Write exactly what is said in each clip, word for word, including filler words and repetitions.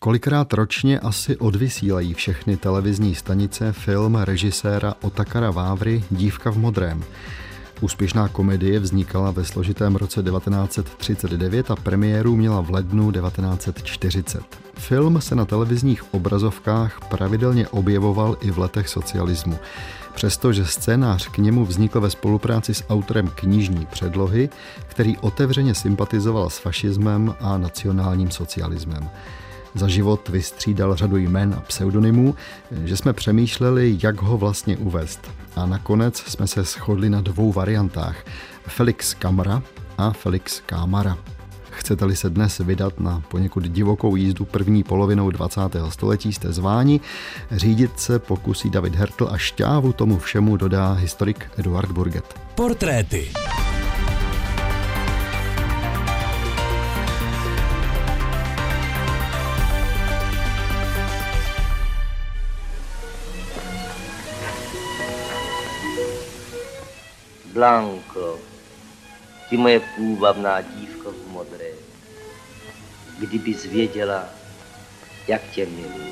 Kolikrát ročně asi odvysílají všechny televizní stanice film režiséra Otakara Vávry Dívka v modrém. Úspěšná komedie vznikala ve složitém roce devatenáct set třicet devět a premiéru měla v lednu devatenáct set čtyřicet. Film se na televizních obrazovkách pravidelně objevoval i v letech socialismu. Přestože scénář k němu vznikl ve spolupráci s autorem knižní předlohy, který otevřeně sympatizoval s fašismem a nacionálním socialismem. Za život vystřídal řadu jmen a pseudonymů, že jsme přemýšleli, jak ho vlastně uvést. A nakonec jsme se shodli na dvou variantách. Felix Kamra a Felix Kámara. Chcete-li se dnes vydat na poněkud divokou jízdu první polovinou dvacátého století, jste zváni. Řídit se pokusí David Hertl a šťávu tomu všemu dodá historik Eduard Burget. Portréty. Blanko, ty moje půvabná dívko v modré, kdybys věděla, jak tě miluji.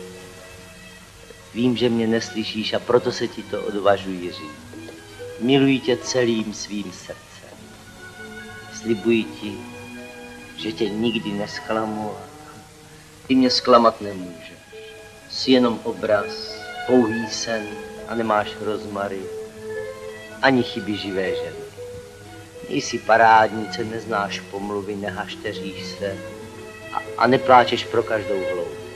Vím, že mě neslyšíš a proto se ti to odvažuji říct. Miluji tě celým svým srdcem. Slibuji ti, že tě nikdy nesklamu a ty mě zklamat nemůžeš. Jsi jenom obraz, pouhý sen a nemáš rozmary, ani chyby živé ženy. Nejsi parádnice, neznáš pomluvy, nehašteříš se a, a nepláčeš pro každou hloupost.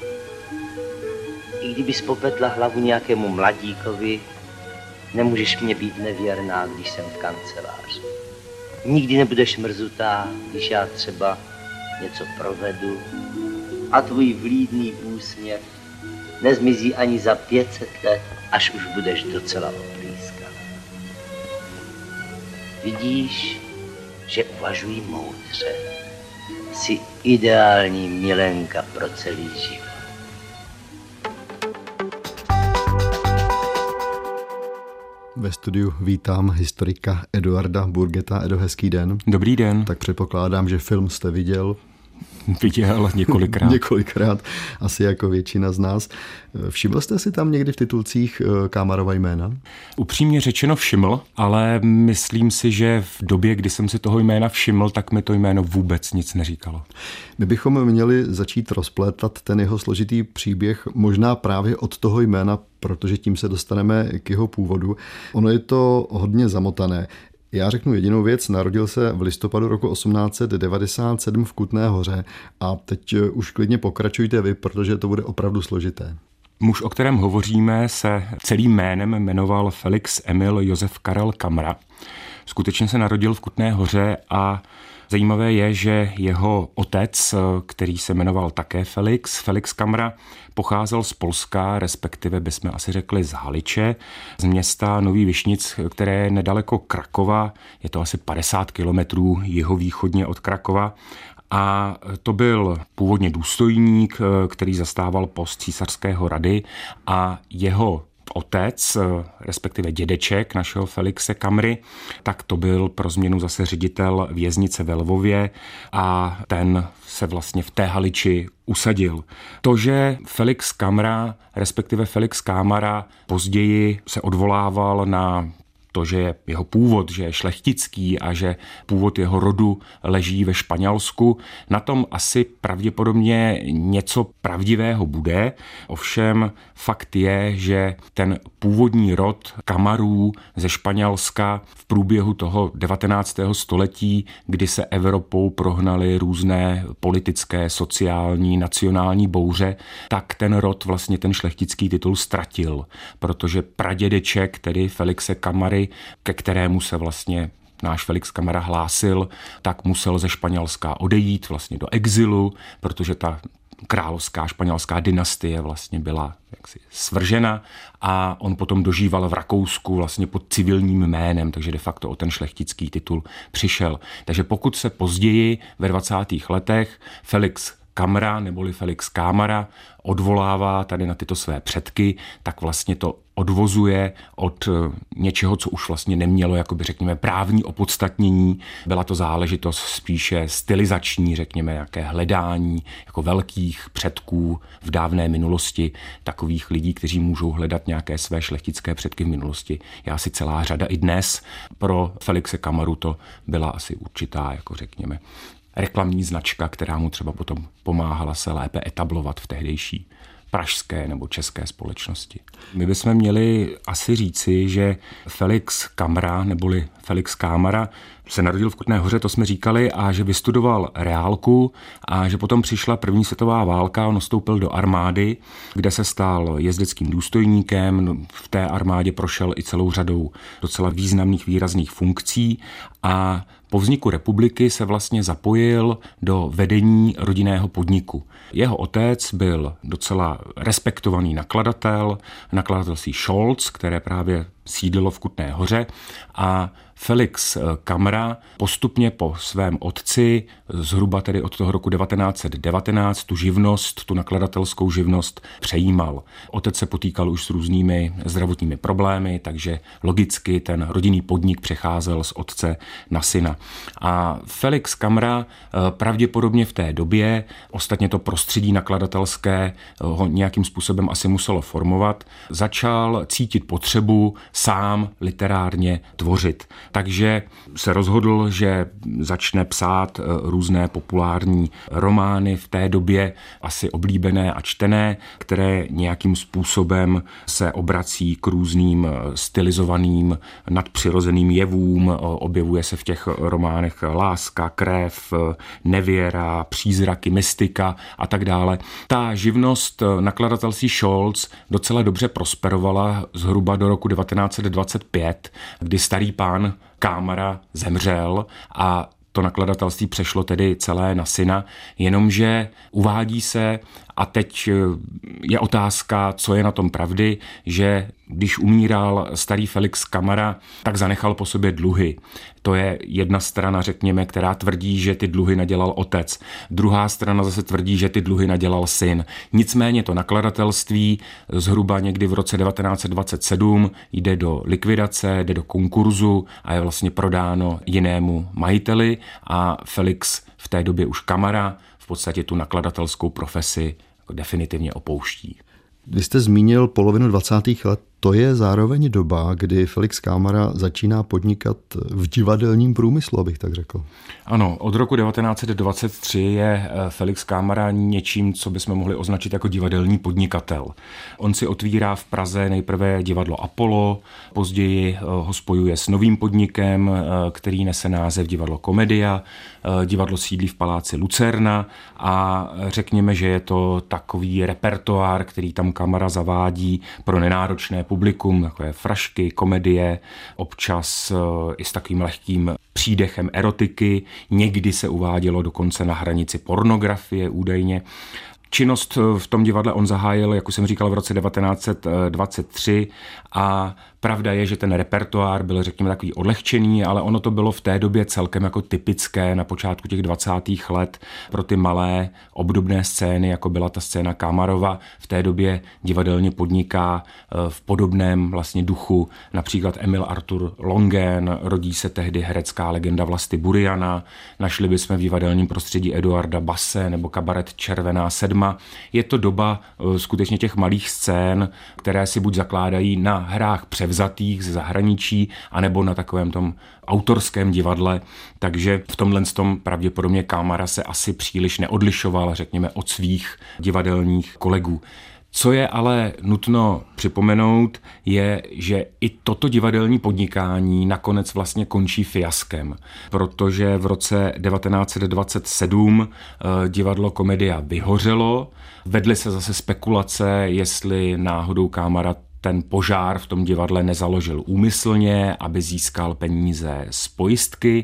I kdybys popetla hlavu nějakému mladíkovi, nemůžeš mě být nevěrná, když jsem v kanceláři. Nikdy nebudeš mrzutá, když já třeba něco provedu a tvůj vlídný úsměv nezmizí ani za pět set let, až už budeš docela oplískat. Vidíš, že uvažuji moudře. Jsi ideální milenka pro celý život. Ve studiu vítám historika Eduarda Burgeta. Edo, hezký den. Dobrý den. Tak předpokládám, že film jste viděl. Viděl několikrát. několikrát, asi jako většina z nás. Všiml jste si tam někdy v titulcích Kámarova jména? Upřímně řečeno všiml, ale myslím si, že v době, kdy jsem si toho jména všiml, tak mi to jméno vůbec nic neříkalo. My bychom měli začít rozplétat ten jeho složitý příběh možná právě od toho jména, protože tím se dostaneme k jeho původu. Ono je to hodně zamotané. Já řeknu jedinou věc, narodil se v listopadu roku osmnáct set devadesát sedm v Kutné Hoře a teď už klidně pokračujte vy, protože to bude opravdu složité. Muž, o kterém hovoříme, se celým jménem jmenoval Felix Emil Josef Karel Kamra. Skutečně se narodil v Kutné Hoře a zajímavé je, že jeho otec, který se jmenoval také Felix, Felix Kamra, pocházel z Polska, respektive bychom asi řekli z Haliče, z města Nový Višnic, které je nedaleko Krakova, je to asi padesát kilometrů jihovýchodně od Krakova. A to byl původně důstojník, který zastával post císařského rady a jeho otec, respektive dědeček našeho Felixe Kamry, tak to byl pro změnu zase ředitel věznice ve Lvově a ten se vlastně v té Haliči usadil. To, že Felix Kamra, respektive Felix Kámara, později se odvolával na to, že je jeho původ, že je šlechtický a že původ jeho rodu leží ve Španělsku, na tom asi pravděpodobně něco pravdivého bude. Ovšem fakt je, že ten původní rod Kamarů ze Španělska v průběhu toho devatenáctého století, kdy se Evropou prohnaly různé politické, sociální, nacionální bouře, tak ten rod vlastně ten šlechtický titul ztratil, protože pradědeček, tedy Felixe Kamary, ke kterému se vlastně náš Felix Kamara hlásil, tak musel ze Španělska odejít vlastně do exilu, protože ta královská španělská dynastie vlastně byla jaksi svržena a on potom dožíval v Rakousku vlastně pod civilním jménem, takže de facto o ten šlechtický titul přišel. Takže pokud se později ve dvacátých letech Felix Kamra neboli Felix Kámara odvolává tady na tyto své předky, tak vlastně to odvozuje od něčeho, co už vlastně nemělo, jakoby řekněme, právní opodstatnění. Byla to záležitost spíše stylizační, řekněme, jaké hledání jako velkých předků v dávné minulosti, takových lidí, kteří můžou hledat nějaké své šlechtické předky v minulosti. Je asi celá řada i dnes. Pro Felixe Kamaru to byla asi určitá, jako řekněme, reklamní značka, která mu třeba potom pomáhala se lépe etablovat v tehdejší pražské nebo české společnosti. My bychom měli asi říci, že Felix Kamra neboli Felix Kámara se narodil v Kutné Hoře, to jsme říkali, a že vystudoval reálku a že potom přišla první světová válka, on nastoupil do armády, kde se stal jezdeckým důstojníkem, v té armádě prošel i celou řadou docela významných výrazných funkcí a po vzniku republiky se vlastně zapojil do vedení rodinného podniku. Jeho otec byl docela respektovaný nakladatel, nakladatelství Scholz, které právě sídlilo v Kutné Hoře, a Felix Kamra postupně po svém otci, zhruba tedy od toho roku devatenáct set devatenáct, tu živnost, tu nakladatelskou živnost přejímal. Otec se potýkal už s různými zdravotními problémy, takže logicky ten rodinný podnik přecházel z otce na syna. A Felix Kamra pravděpodobně v té době, ostatně to prostředí nakladatelské ho nějakým způsobem asi muselo formovat, začal cítit potřebu sám literárně tvořit. Takže se rozhodl, že začne psát různé populární romány v té době asi oblíbené a čtené, které nějakým způsobem se obrací k různým stylizovaným nadpřirozeným jevům. Objevuje se v těch románech láska, krev, nevěra, přízraky, mystika a tak dále. Ta živnost nakladatelství Scholz docela dobře prosperovala zhruba do roku devatenáct set dvacet pět, kdy starý pán Kámara zemřel a to nakladatelství přešlo tedy celé na syna, jenomže uvádí se, a teď je otázka, co je na tom pravdy, že když umíral starý Felix Kamara, tak zanechal po sobě dluhy. To je jedna strana, řekněme, která tvrdí, že ty dluhy nadělal otec. Druhá strana zase tvrdí, že ty dluhy nadělal syn. Nicméně to nakladatelství zhruba někdy v roce devatenáct set dvacet sedm jde do likvidace, jde do konkurzu a je vlastně prodáno jinému majiteli a Felix v té době už Kamara v podstatě tu nakladatelskou profesi definitivně opouští. Vy jste zmínil polovinu dvacátých let. To je zároveň doba, kdy Felix Kámara začíná podnikat v divadelním průmyslu, abych tak řekl. Ano, od roku devatenáct set dvacet tři je Felix Kámara něčím, co bychom mohli označit jako divadelní podnikatel. On si otvírá v Praze nejprve divadlo Apollo, později ho spojuje s novým podnikem, který nese název divadlo Komedia. Divadlo sídlí v paláci Lucerna a řekněme, že je to takový repertoár, který tam Kámara zavádí pro nenáročné publikum, jako je frašky, komedie, občas i s takovým lehkým přídechem erotiky, někdy se uvádělo dokonce na hranici pornografie údajně. Činnost v tom divadle on zahájil, jak už jsem říkal, v roce devatenáct set dvacet tři a pravda je, že ten repertoár byl, řekněme, takový odlehčený, ale ono to bylo v té době celkem jako typické na počátku těch dvacátých let pro ty malé obdobné scény, jako byla ta scéna Kámarova. V té době divadelně podniká v podobném vlastně duchu například Emil Artur Longen, rodí se tehdy herecká legenda Vlasty Buriana, našli bychom v divadelním prostředí Eduarda Basse nebo kabaret Červená sedma. Je to doba skutečně těch malých scén, které si buď zakládají na hrách převzatých ze zahraničí, anebo na takovém tom autorském divadle, takže v tomhle tom pravděpodobně Kámara se asi příliš neodlišoval, řekněme, od svých divadelních kolegů. Co je ale nutno připomenout, je, že i toto divadelní podnikání nakonec vlastně končí fiaskem, protože v roce devatenáct set dvacet sedm divadlo Komedia vyhořelo, vedly se zase spekulace, jestli náhodou Kámara ten požár v tom divadle nezaložil úmyslně, aby získal peníze z pojistky.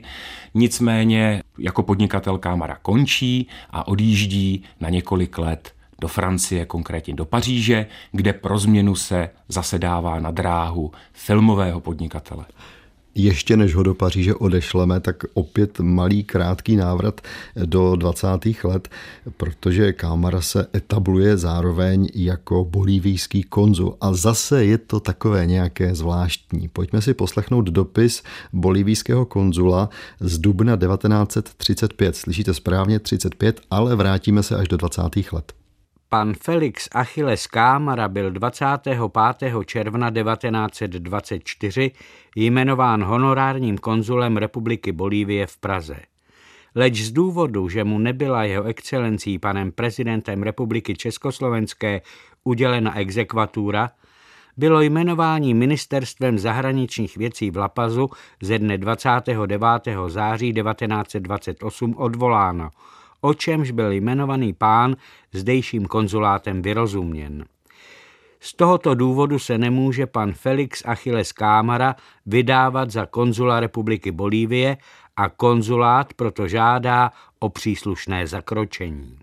Nicméně jako podnikatel Kámara končí a odjíždí na několik let do Francie, konkrétně do Paříže, kde pro změnu se zase dává na dráhu filmového podnikatele. Ještě než ho do Paříže odešleme, tak opět malý krátký návrat do dvacátých let, protože Cámara se etabluje zároveň jako bolívijský konzul. A zase je to takové nějaké zvláštní. Pojďme si poslechnout dopis bolívijského konzula z dubna devatenáct set třicet pět. Slyšíte správně, třicet pět, ale vrátíme se až do dvacátých let. Pan Felix Achilles Cámara byl dvacátého pátého června devatenáct set dvacet čtyři jmenován honorárním konzulem Republiky Bolívie v Praze. Leč z důvodu, že mu nebyla jeho excelencí panem prezidentem Republiky Československé udělena exekvatura, bylo jmenování ministerstvem zahraničních věcí v La Pazu ze dne dvacátého devátého září devatenáct set dvacet osm odvoláno, o čemž byl jmenovaný pán zdejším konzulátem vyrozuměn. Z tohoto důvodu se nemůže pan Felix Achilles Cámara vydávat za konzula Republiky Bolívie a konzulát proto žádá o příslušné zakročení.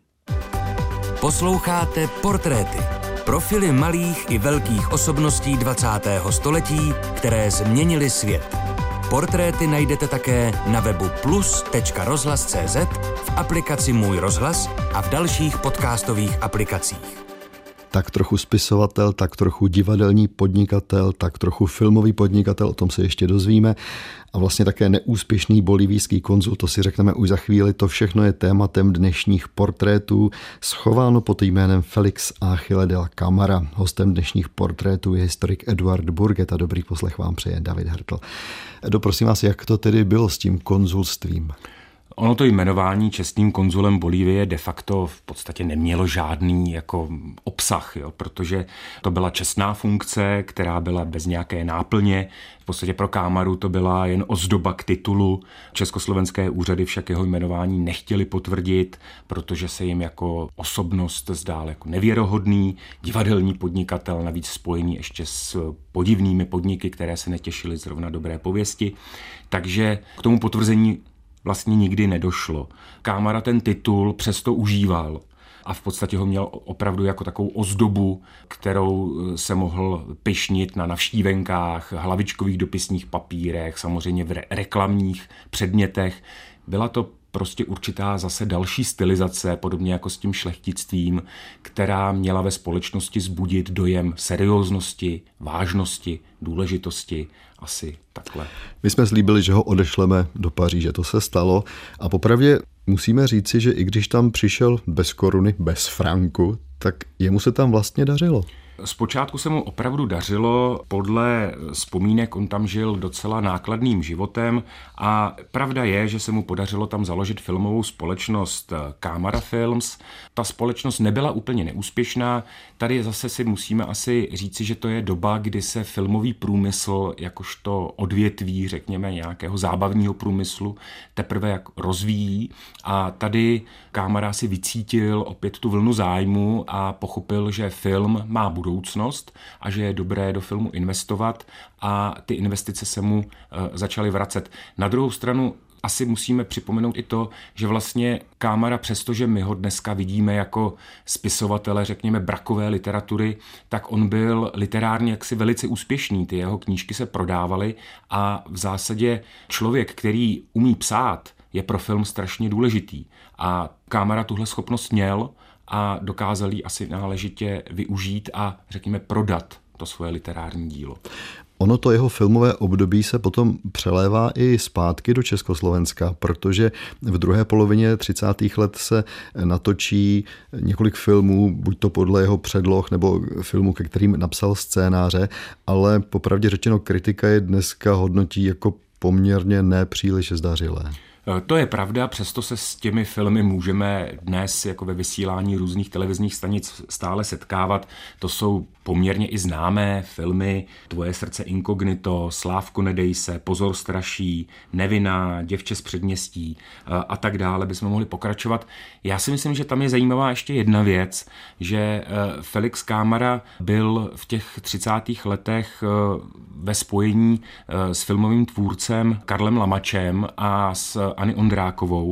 Posloucháte Portréty. Profily malých i velkých osobností dvacátého století, které změnily svět. Portréty najdete také na webu plus tečka rozhlas tečka cé zet, v aplikaci Můj rozhlas a v dalších podcastových aplikacích. Tak trochu spisovatel, tak trochu divadelní podnikatel, tak trochu filmový podnikatel, o tom se ještě dozvíme. A vlastně také neúspěšný bolívijský konzul, to si řekneme už za chvíli, to všechno je tématem dnešních portrétů, schováno pod jménem Felix Achille de la Cámara. Hostem dnešních portrétů je historik Eduard Burget a dobrý poslech vám přeje David Hertl. Edo, prosím vás, jak to tedy bylo s tím konzulstvím? Ono to jmenování čestným konzulem Bolívie de facto v podstatě nemělo žádný jako obsah, jo, protože to byla čestná funkce, která byla bez nějaké náplně. V podstatě pro Cámaru to byla jen ozdoba k titulu. Československé úřady však jeho jmenování nechtěli potvrdit, protože se jim jako osobnost zdál jako nevěrohodný, divadelní podnikatel, navíc spojený ještě s podivnými podniky, které se netěšily zrovna dobré pověsti. Takže k tomu potvrzení vlastně nikdy nedošlo. Cámara ten titul přesto užíval a v podstatě ho měl opravdu jako takovou ozdobu, kterou se mohl pyšnit na navštívenkách, hlavičkových dopisních papírech, samozřejmě v re- reklamních předmětech. Byla to prostě určitá zase další stylizace, podobně jako s tím šlechtictvím, která měla ve společnosti zbudit dojem serióznosti, vážnosti, důležitosti, asi takhle. My jsme slíbili, že ho odešleme do Paříže, to se stalo a popravdě musíme říci, že i když tam přišel bez koruny, bez franku, tak jemu se tam vlastně dařilo. Zpočátku se mu opravdu dařilo, podle vzpomínek on tam žil docela nákladným životem a pravda je, že se mu podařilo tam založit filmovou společnost Cámara Films. Ta společnost nebyla úplně neúspěšná, tady zase si musíme asi říci, že to je doba, kdy se filmový průmysl, jakožto odvětví, řekněme, nějakého zábavního průmyslu, teprve jak rozvíjí a tady Cámara si vycítil opět tu vlnu zájmu a pochopil, že film má budoucnost budoucnost a že je dobré do filmu investovat a ty investice se mu začaly vracet. Na druhou stranu asi musíme připomenout i to, že vlastně Cámara, přestože my ho dneska vidíme jako spisovatele, řekněme, brakové literatury, tak on byl literárně jaksi velice úspěšný. Ty jeho knížky se prodávaly a v zásadě člověk, který umí psát, je pro film strašně důležitý. A Cámara tuhle schopnost měl a dokázal ji asi náležitě využít a řekněme prodat to svoje literární dílo. Ono to jeho filmové období se potom přelévá i zpátky do Československa, protože v druhé polovině třicátých let se natočí několik filmů, buď to podle jeho předloh nebo filmů, ke kterým napsal scénáře, ale popravdě řečeno kritika je dneska hodnotí jako poměrně nepříliš zdařilé. To je pravda, přesto se s těmi filmy můžeme dnes jako ve vysílání různých televizních stanic stále setkávat. To jsou poměrně i známé filmy Tvoje srdce inkognito, Slávko nedej se, Pozor straší, Nevinná, Děvče z předměstí a tak dále, bychom mohli pokračovat. Já si myslím, že tam je zajímavá ještě jedna věc, že Felix Cámara byl v těch třicátých letech ve spojení s filmovým tvůrcem Karlem Lamačem a s Anny Ondrákovou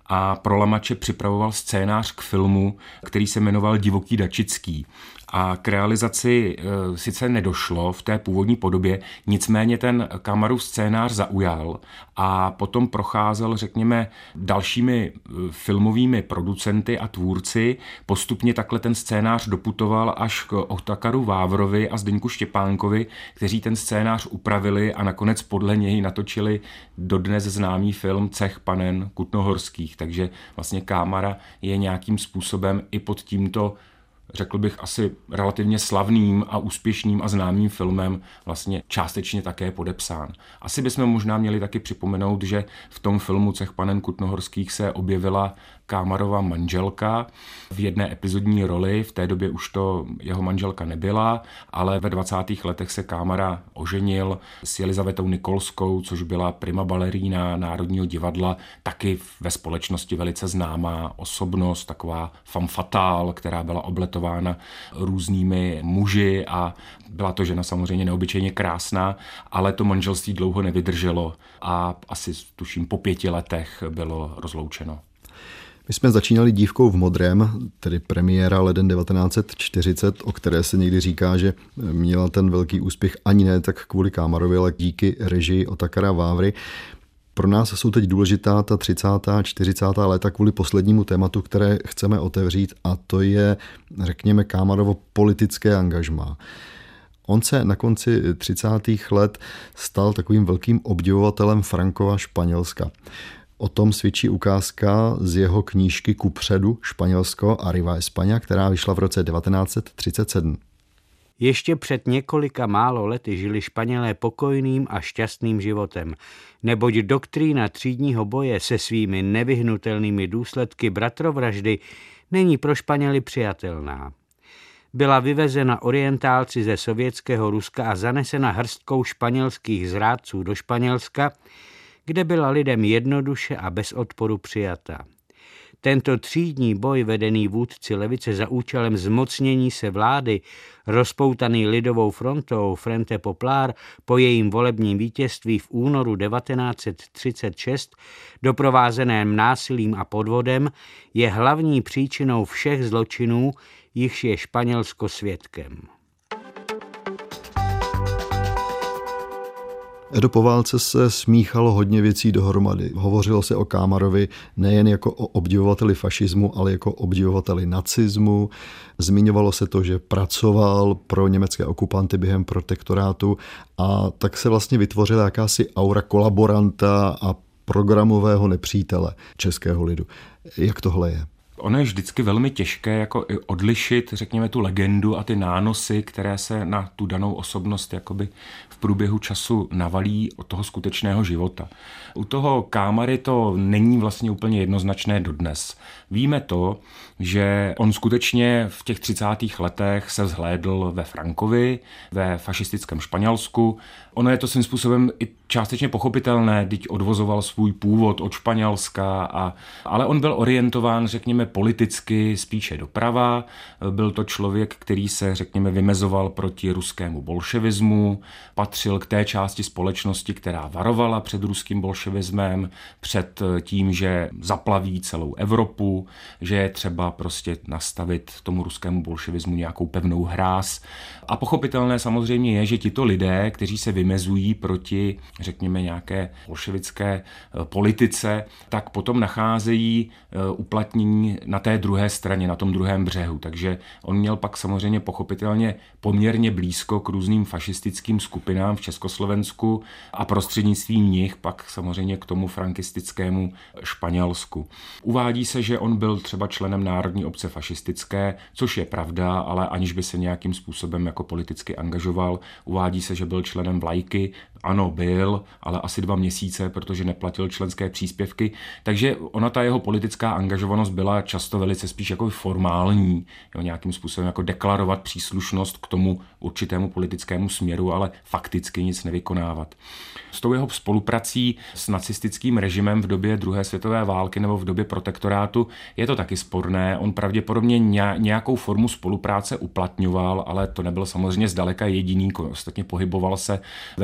a pro Lamače připravoval scénář k filmu, který se jmenoval Divoký Dačický. A k realizaci e, sice nedošlo v té původní podobě, nicméně ten Kamarův scénář zaujal a potom procházel, řekněme, dalšími filmovými producenty a tvůrci. Postupně takhle ten scénář doputoval až k Otakaru Vávrovi a Zdeňku Štěpánkovi, kteří ten scénář upravili a nakonec podle něj natočili dodnes známý film Cech panen Kutnohorských. Takže vlastně Kámara je nějakým způsobem i pod tímto, řekl bych, asi relativně slavným a úspěšným a známým filmem vlastně částečně také podepsán. Asi bychom možná měli taky připomenout, že v tom filmu Cech panen Kutnohorských se objevila Kámarova manželka v jedné epizodní roli, v té době už to jeho manželka nebyla, ale ve dvacátých letech se Kámara oženil s Jelizavetou Nikolskou, což byla prima balerína Národního divadla, taky ve společnosti velice známá osobnost, taková femme fatale, která byla obletována různými muži a byla to žena samozřejmě neobyčejně krásná, ale to manželství dlouho nevydrželo a asi tuším po pěti letech bylo rozloučeno. My jsme začínali Dívkou v modrém, tedy premiéra leden devatenáct set čtyřicet, o které se někdy říká, že měla ten velký úspěch ani ne tak kvůli Kámarovi, ale díky režii Otakara Vávry. Pro nás jsou teď důležitá ta třicátá, čtyřicátá léta kvůli poslednímu tématu, které chceme otevřít, a to je, řekněme, Kámarovo politické angažmá. On se na konci třicátých let stal takovým velkým obdivovatelem Frankova Španělska. O tom svědčí ukázka z jeho knížky Kupředu Španělsko Arriba España, která vyšla v roce devatenáct set třicet sedm. Ještě před několika málo lety žili Španělé pokojným a šťastným životem, neboť doktrína třídního boje se svými nevyhnutelnými důsledky bratrovraždy není pro Španěly přijatelná. Byla vyvezena orientálci ze sovětského Ruska a zanesena hrstkou španělských zrádců do Španělska, kde byla lidem jednoduše a bez odporu přijata. Tento třídní boj vedený vůdci levice za účelem zmocnění se vlády, rozpoutaný lidovou frontou Frente Popular po jejím volebním vítězství v únoru devatenáct set třicet šest, doprovázeném násilím a podvodem, je hlavní příčinou všech zločinů, jichž je Španělsko svědkem. Edo, po válce se smíchalo hodně věcí dohromady. Hovořilo se o Kámarovi nejen jako o obdivovateli fašismu, ale jako obdivovateli nacismu. Zmiňovalo se to, že pracoval pro německé okupanty během protektorátu, a tak se vlastně vytvořila jakási aura kolaboranta a programového nepřítele českého lidu. Jak tohle je? Ono je vždycky velmi těžké jako i odlišit, řekněme, tu legendu a ty nánosy, které se na tu danou osobnost jakoby v průběhu času navalí od toho skutečného života. U toho Kámary to není vlastně úplně jednoznačné dodnes. Víme to, že on skutečně v těch třicátých letech se vzhlédl ve Frankovi, ve fašistickém Španělsku. Ono je to svým způsobem i částečně pochopitelné, když odvozoval svůj původ od Španělska, a, ale on byl orientován, řekněme, politicky spíše doprava. Byl to člověk, který se, řekněme, vymezoval proti ruskému bolševismu, patřil k té části společnosti, která varovala před ruským bolševismem, před tím, že zaplaví celou Evropu, že je třeba prostě nastavit tomu ruskému bolševismu nějakou pevnou hráz. A pochopitelné samozřejmě je, že tito lidé, kteří se vymezují proti, řekněme, nějaké bolševické politice, tak potom nacházejí uplatnění na té druhé straně, na tom druhém břehu. Takže on měl pak samozřejmě pochopitelně poměrně blízko k různým fašistickým skupinám v Československu a prostřednictvím nich pak samozřejmě k tomu frankistickému Španělsku. Uvádí se, že on byl třeba členem Národní obce fašistické, což je pravda, ale aniž by se nějakým způsobem jako politicky angažoval. Uvádí se, že byl členem Vlajky. Ano, byl, ale asi dva měsíce, protože neplatil členské příspěvky. Takže ona, ta jeho politická angažovanost byla často velice spíš jako formální, jo, nějakým způsobem jako deklarovat příslušnost k tomu určitému politickému směru, ale fakticky nic nevykonávat. S tou jeho spoluprací s nacistickým režimem v době druhé světové války nebo v době protektorátu je to taky sporné. On pravděpodobně nějakou formu spolupráce uplatňoval, ale to nebyl samozřejmě zdaleka jediný. Ostatně pohyboval se ve filmové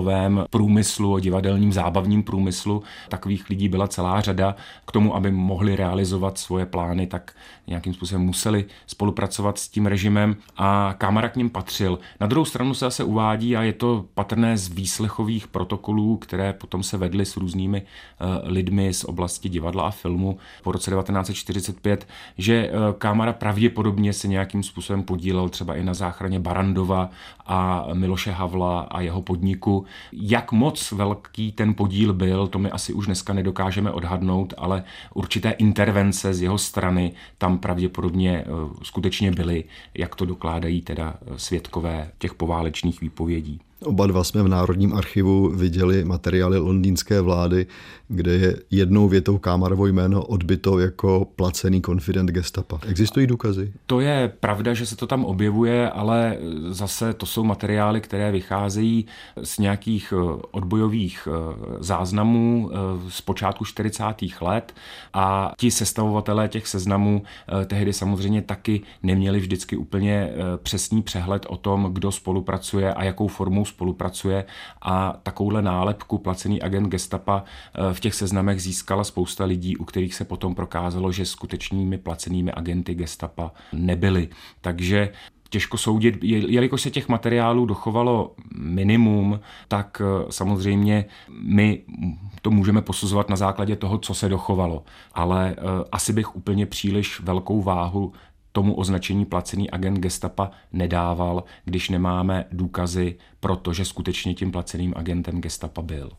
filmovém průmyslu, o divadelním zábavním průmyslu. Takových lidí byla celá řada. K tomu, aby mohli realizovat svoje plány, tak nějakým způsobem museli spolupracovat s tím režimem a Kámara k nim patřil. Na druhou stranu se zase uvádí, a je to patrné z výslechových protokolů, které potom se vedly s různými uh, lidmi z oblasti divadla a filmu po roce devatenáct set čtyřicet pět, že uh, Kámara pravděpodobně se nějakým způsobem podílel třeba i na záchraně Barrandova a Miloše Havla a jeho podniku. Jak moc velký ten podíl byl, to my asi už dneska nedokážeme odhadnout, ale určité intervence z jeho strany tam pravděpodobně uh, skutečně byly, jak to dokládají teda svědkové těch poválečných výpovědí. Oba dva jsme v Národním archivu viděli materiály londýnské vlády, kde je jednou větou Kámarovo jméno odbyto jako placený konfident gestapa. Existují důkazy? To je pravda, že se to tam objevuje, ale zase to jsou materiály, které vycházejí z nějakých odbojových záznamů z počátku čtyřicátých let a ti sestavovatelé těch seznamů tehdy samozřejmě taky neměli vždycky úplně přesný přehled o tom, kdo spolupracuje a jakou formou spolupracuje, a takovouhle nálepku placený agent gestapa v těch seznamech získala spousta lidí, u kterých se potom prokázalo, že skutečnými placenými agenty gestapa nebyli. Takže těžko soudit, jelikož se těch materiálů dochovalo minimum, tak samozřejmě my to můžeme posuzovat na základě toho, co se dochovalo. Ale asi bych úplně příliš velkou váhu tomu označení placený agent gestapa nedával, když nemáme důkazy pro to, že skutečně tím placeným agentem gestapa byl.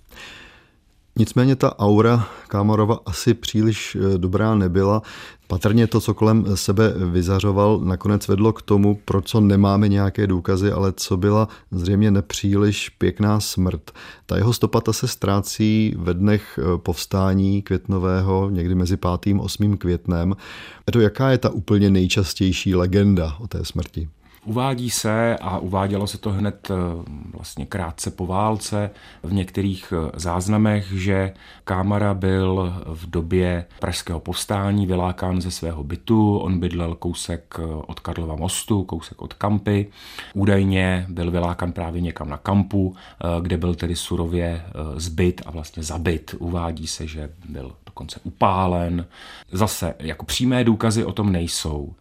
Nicméně ta aura Kámarova asi příliš dobrá nebyla. Patrně to, co kolem sebe vyzařoval, nakonec vedlo k tomu, pro co nemáme nějaké důkazy, ale co byla zřejmě nepříliš pěkná smrt. Ta jeho stopata se ztrácí ve dnech povstání květnového, někdy mezi pátým a osmým květnem. Edo, jaká je ta úplně nejčastější legenda o té smrti? Uvádí se, a uvádělo se to hned vlastně krátce po válce v některých záznamech, že Kámara byl v době pražského povstání vylákán ze svého bytu. On bydlel kousek od Karlova mostu, kousek od Kampy. Údajně byl vylákán právě někam na Kampu, kde byl tedy surově zbyt a vlastně zabit. Uvádí se, že byl dokonce upálen. Zase jako přímé důkazy o tom nejsou,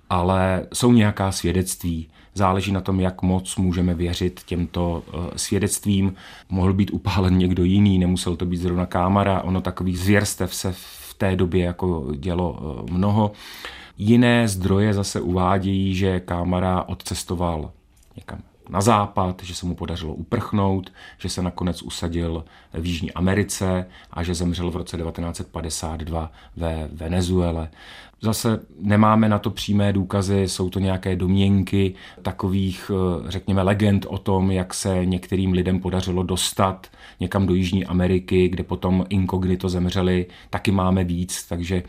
ale jsou nějaká svědectví. Záleží na tom, jak moc můžeme věřit těmto svědectvím. Mohl být upálen někdo jiný, nemusel to být zrovna Kámara. Ono takových zvěrstev se v té době jako dělo mnoho. Jiné zdroje zase uvádějí, že Kámara odcestoval někam na západ, že se mu podařilo uprchnout, že se nakonec usadil v Jižní Americe a že zemřel v roce devatenáct set padesát dva ve Venezuele. Zase nemáme na to přímé důkazy, jsou to nějaké domněnky takových, řekněme, legend o tom, jak se některým lidem podařilo dostat někam do Jižní Ameriky, kde potom inkognito zemřeli, taky máme víc, takže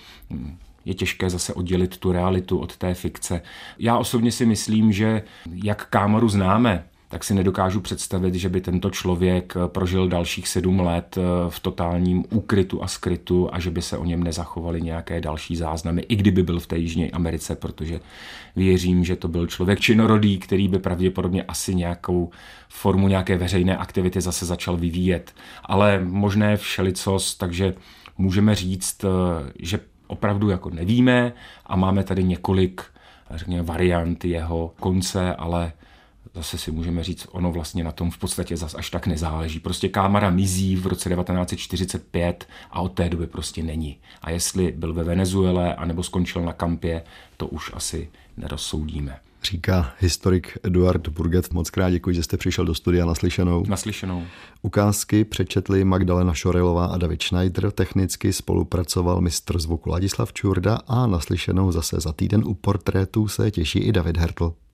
je těžké zase oddělit tu realitu od té fikce. Já osobně si myslím, že jak Kámaru známe, tak si nedokážu představit, že by tento člověk prožil dalších sedm let v totálním úkrytu a skrytu a že by se o něm nezachovaly nějaké další záznamy, i kdyby byl v té Jižní Americe, protože věřím, že to byl člověk činorodý, který by pravděpodobně asi nějakou formu nějaké veřejné aktivity zase začal vyvíjet. Ale možné všelicos, takže můžeme říct, že opravdu jako nevíme a máme tady několik, řekněme, variant jeho konce, ale zase si můžeme říct, ono vlastně na tom v podstatě zas až tak nezáleží. Prostě Kámara mizí v roce devatenáct set čtyřicet pět a od té doby prostě není. A jestli byl ve Venezuele anebo skončil na Kampě, to už asi nerozsoudíme. Říká historik Eduard Burget. Moc krát děkuji, že jste přišel do studia. Naslyšenou. Naslyšenou. Ukázky přečetli Magdalena Šorelová a David Schneider. Technicky spolupracoval mistr zvuku Ladislav Čurda a naslyšenou zase za týden u Portrétů se těší i David Hertl.